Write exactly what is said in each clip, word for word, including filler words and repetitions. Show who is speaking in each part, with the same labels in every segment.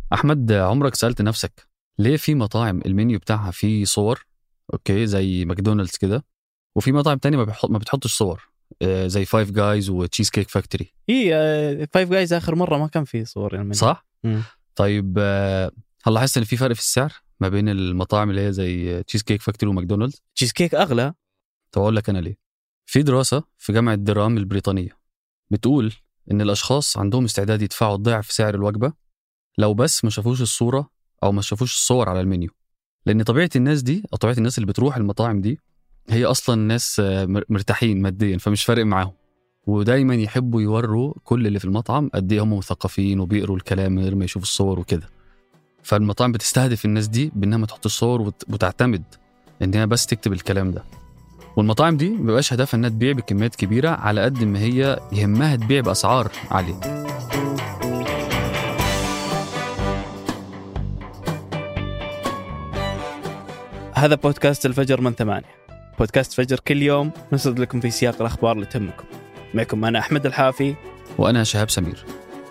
Speaker 1: أحمد، عمرك سألت نفسك ليه في مطاعم المنيو بتاعها فيه صور أوكي زي ماكدونالدز كده، وفي مطاعم تانية ما, بيحط ما بتحطش صور آه، زي فايف جايز وتشيز كيك فاكتوري؟
Speaker 2: هي فايف جايز آخر مرة ما كان فيه صور يعني.
Speaker 1: صح؟
Speaker 2: مم.
Speaker 1: طيب آه، هل لاحظت إن في فرق في السعر ما بين المطاعم اللي هي زي تشيز كيك فاكتوري وماكدونالدز؟
Speaker 2: تشيز كيك أغلى.
Speaker 1: طب أقول لك أنا ليه. في دراسة في جامعة درام البريطانية بتقول إن الأشخاص عندهم استعداد يدفعوا ضعف سعر الوجبة لو بس ما شافوش الصورة أو ما شافوش الصور على المنيو، لأن طبيعة الناس دي أو طبيعة الناس اللي بتروح المطاعم دي هي أصلا ناس مرتاحين ماديا، فمش فارق معاهم، ودايما يحبوا يوروا كل اللي في المطعم قد ايه هم مثقفين وبيقروا الكلام من غير ما يشوفوا الصور وكده. فالمطاعم بتستهدف الناس دي بأنها ما تحط الصور وتعتمد إنها بس تكتب الكلام ده. والمطاعم دي مبقاش هدفها إنها تبيع بكميات كبيرة على قد ما هي يهمها تبيع بأسعار عالية.
Speaker 2: هذا بودكاست الفجر من ثمانية، بودكاست فجر كل يوم نسرد لكم في سياق الأخبار اللي تهمكم. معكم أنا أحمد الحافي
Speaker 1: وأنا شهاب سمير.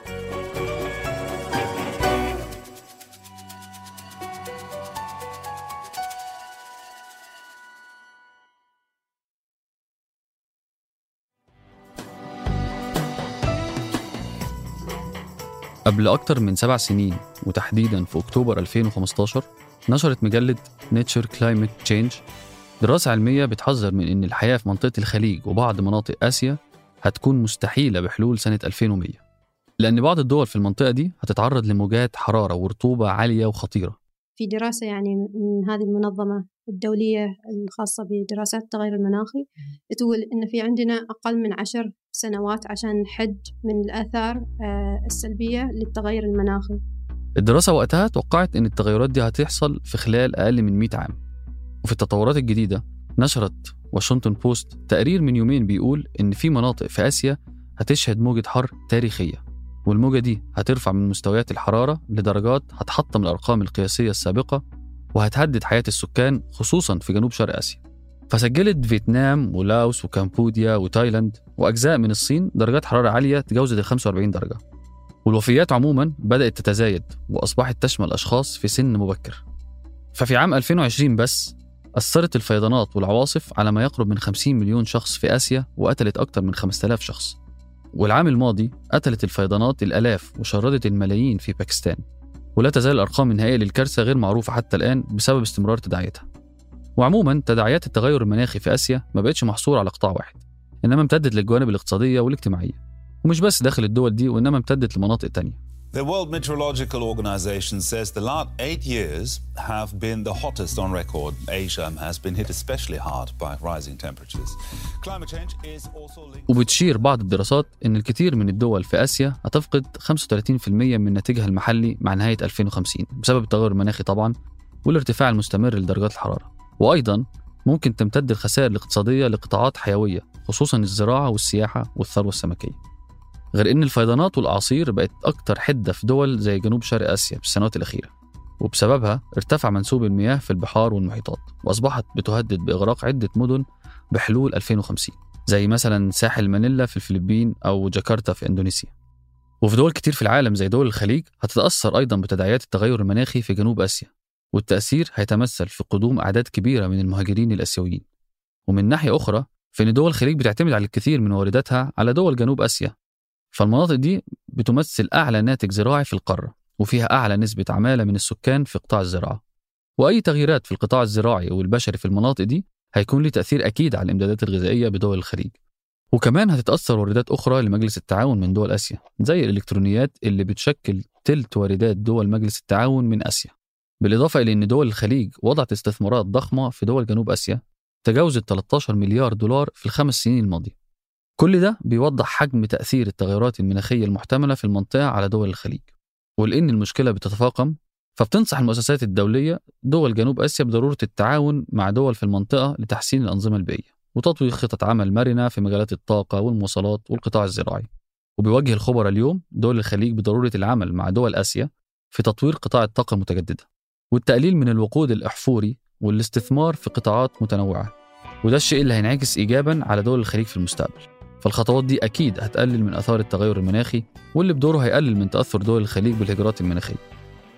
Speaker 1: قبل أكتر من سبع سنين وتحديداً في أكتوبر ألفين وخمستاشر نشرت مجلة Nature Climate Change دراسة علمية بتحذر من إن الحياة في منطقة الخليج وبعض مناطق آسيا هتكون مستحيلة بحلول سنة ألفين ومية، لأن بعض الدول في المنطقة دي هتتعرض لموجات حرارة ورطوبة عالية وخطيرة.
Speaker 3: في دراسة يعني من هذه المنظمة الدولية الخاصة بدراسات التغير المناخي تقول إن في عندنا أقل من عشر سنوات عشان نحد من الآثار السلبية للتغير المناخي.
Speaker 1: الدراسة وقتها توقعت إن التغيرات دي هتحصل في خلال أقل من مئة عام. وفي التطورات الجديدة نشرت واشنطن بوست تقرير من يومين بيقول إن في مناطق في آسيا هتشهد موجة حر تاريخية، والموجة دي هترفع من مستويات الحرارة لدرجات هتحطم الأرقام القياسية السابقة وهتهدد حياة السكان خصوصاً في جنوب شرق آسيا. فسجلت فيتنام ولاوس وكامبوديا وتايلاند وأجزاء من الصين درجات حرارة عالية تجاوزت ال خمسة وأربعين درجة. والوفيات عموماً بدأت تتزايد وأصبحت تشمل أشخاص في سن مبكر. ففي عام ألفين وعشرين بس أثرت الفيضانات والعواصف على ما يقرب من خمسين مليون شخص في آسيا وقتلت أكثر من خمسة آلاف شخص. والعام الماضي قتلت الفيضانات الآلاف وشردت الملايين في باكستان، ولا تزال الأرقام النهائية للكارثة غير معروفة حتى الآن بسبب استمرار تداعياتها. وعموماً تداعيات التغير المناخي في آسيا ما بقتش محصورة على قطاع واحد، إنما امتدت للجوانب الاقتصادية والاجتماعية، ومش بس داخل الدول دي وإنما امتدت لمناطق تانية.
Speaker 4: The World Meteorological Organization says the last eight years have been the hottest on record. Asia has been hit especially hard by rising temperatures. Climate change is also linked.
Speaker 1: وبتشير بعض الدراسات إن الكثير من الدول في آسيا هتفقد خمسة وثلاثين بالمئة من ناتجها المحلي مع نهاية ألفين وخمسين بسبب التغير المناخي طبعاً والارتفاع المستمر لدرجات الحرارة. وأيضاً ممكن تمتد الخسائر الاقتصادية لقطاعات حيوية خصوصاً الزراعة والسياحة والثروة السمكية. غير إن الفيضانات والأعاصير بقت أكتر حدة في دول زي جنوب شرق آسيا في السنوات الأخيرة، وبسببها ارتفع منسوب المياه في البحار والمحيطات وأصبحت بتهدد بإغراق عدة مدن بحلول ألفين وخمسين زي مثلا ساحل مانيلا في الفلبين أو جاكرتا في إندونيسيا. وفي دول كتير في العالم زي دول الخليج هتتأثر أيضا بتداعيات التغير المناخي في جنوب آسيا، والتأثير هيتمثل في قدوم أعداد كبيرة من المهاجرين الآسيويين. ومن ناحية أخرى فإن دول الخليج بتعتمد على الكثير من وارداتها على دول جنوب آسيا، فالمناطق دي بتمثل أعلى ناتج زراعي في القارة وفيها أعلى نسبة عمالة من السكان في قطاع الزراعة. وأي تغييرات في القطاع الزراعي والبشري في المناطق دي هيكون له تأثير أكيد على الإمدادات الغذائية بدول الخليج. وكمان هتتأثر واردات أخرى لمجلس التعاون من دول آسيا زي الإلكترونيات اللي بتشكل تلت واردات دول مجلس التعاون من آسيا، بالإضافة إلى أن دول الخليج وضعت استثمارات ضخمة في دول جنوب آسيا تجاوزت ثلاثة عشر مليار دولار في الخمس سنين الماضية. كل ده بيوضح حجم تأثير التغيرات المناخية المحتملة في المنطقة على دول الخليج. ولأن المشكلة بتتفاقم فبتنصح المؤسسات الدولية دول جنوب آسيا بضرورة التعاون مع دول في المنطقة لتحسين الأنظمة البيئية وتطوير خطط عمل مرنة في مجالات الطاقة والمواصلات والقطاع الزراعي. وبيوجه الخبراء اليوم دول الخليج بضرورة العمل مع دول آسيا في تطوير قطاع الطاقة المتجددة والتقليل من الوقود الأحفوري والاستثمار في قطاعات متنوعة، وده الشيء اللي هينعكس إيجاباً على دول الخليج في المستقبل. فالخطوات دي أكيد هتقلل من أثار التغير المناخي واللي بدوره هيقلل من تأثر دول الخليج بالهجرات المناخية.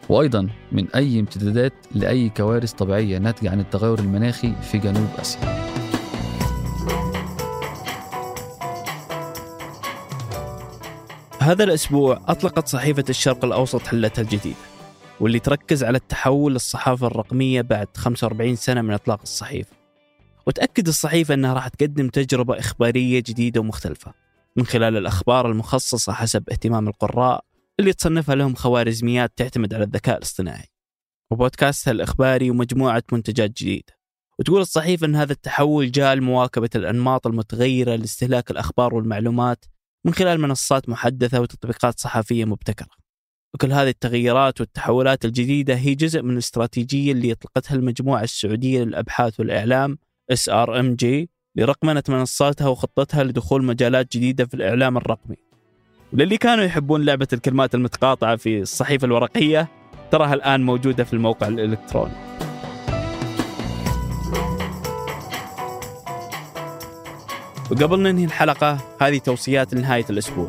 Speaker 1: وأيضا من أي امتدادات لأي كوارث طبيعية ناتجة عن التغير المناخي في جنوب آسيا.
Speaker 2: هذا الأسبوع أطلقت صحيفة الشرق الأوسط حلتها الجديدة، واللي تركز على التحول للصحافة الرقمية بعد خمسة وأربعين سنة من إطلاق الصحيفة. وتأكد الصحيفة أنها راح تقدم تجربة إخبارية جديدة ومختلفة من خلال الأخبار المخصصة حسب اهتمام القراء اللي تصنفها لهم خوارزميات تعتمد على الذكاء الاصطناعي، وبودكاستها الإخباري ومجموعة منتجات جديدة. وتقول الصحيفة أن هذا التحول جاء لمواكبة الأنماط المتغيرة لاستهلاك الأخبار والمعلومات من خلال منصات محدثة وتطبيقات صحفية مبتكرة. وكل هذه التغيرات والتحولات الجديدة هي جزء من الاستراتيجية اللي أطلقتها المجموعة السعودية للأبحاث والإعلام إس آر إم جي لرقمنة منصاتها وخطتها لدخول مجالات جديدة في الإعلام الرقمي. وللي كانوا يحبون لعبة الكلمات المتقاطعة في الصحيفة الورقية، تراها الآن موجودة في الموقع الإلكتروني. وقبل ننهي الحلقة، هذه توصيات لنهاية الأسبوع.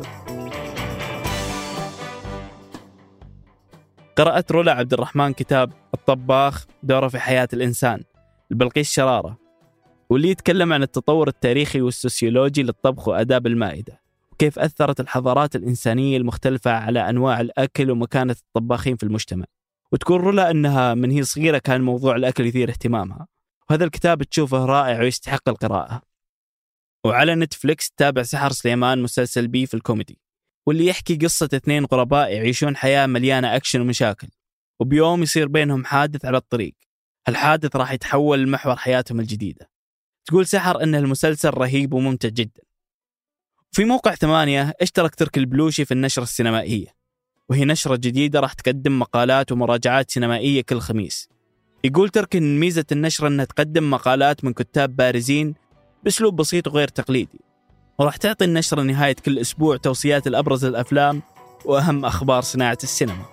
Speaker 2: قرأت رولا عبد الرحمن كتاب الطباخ دوره في حياة الإنسان لبلقيس شرارة، واللي يتكلم عن التطور التاريخي والسوسيولوجي للطبخ وآداب المائدة، وكيف أثرت الحضارات الإنسانية المختلفة على أنواع الأكل ومكانة الطباخين في المجتمع. وتقول رولا أنها من هي صغيرة كان موضوع الأكل يثير اهتمامها، وهذا الكتاب تشوفه رائع ويستحق القراءة. وعلى نتفليكس تابع سحر سليمان، مسلسل بي في الكوميدي، واللي يحكي قصة اثنين غرباء يعيشون حياة مليانة أكشن ومشاكل، وبيوم يصير بينهم حادث على الطريق. هالحادث راح يتحول لمحور حياتهم الجديدة. تقول سحر أن المسلسل رهيب وممتع جدا. في موقع ثمانية اشترك تركي البلوشي في النشرة السينمائية، وهي نشرة جديدة راح تقدم مقالات ومراجعات سينمائية كل خميس. يقول تركي أن ميزة النشرة أنها تقدم مقالات من كتاب بارزين بأسلوب بسيط وغير تقليدي، وراح تعطي النشرة نهاية كل أسبوع توصيات الأبرز الأفلام وأهم أخبار صناعة السينما.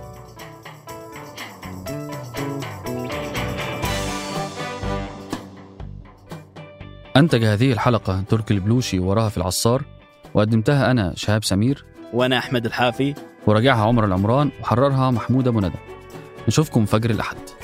Speaker 1: أنتج هذه الحلقة تركي البلوشي وراها في العصار، وقدمتها أنا شهاب سمير،
Speaker 2: وأنا أحمد الحافي،
Speaker 1: وراجعها عمر العمران، وحررها محمود أبو ندى. نشوفكم فجر الأحد.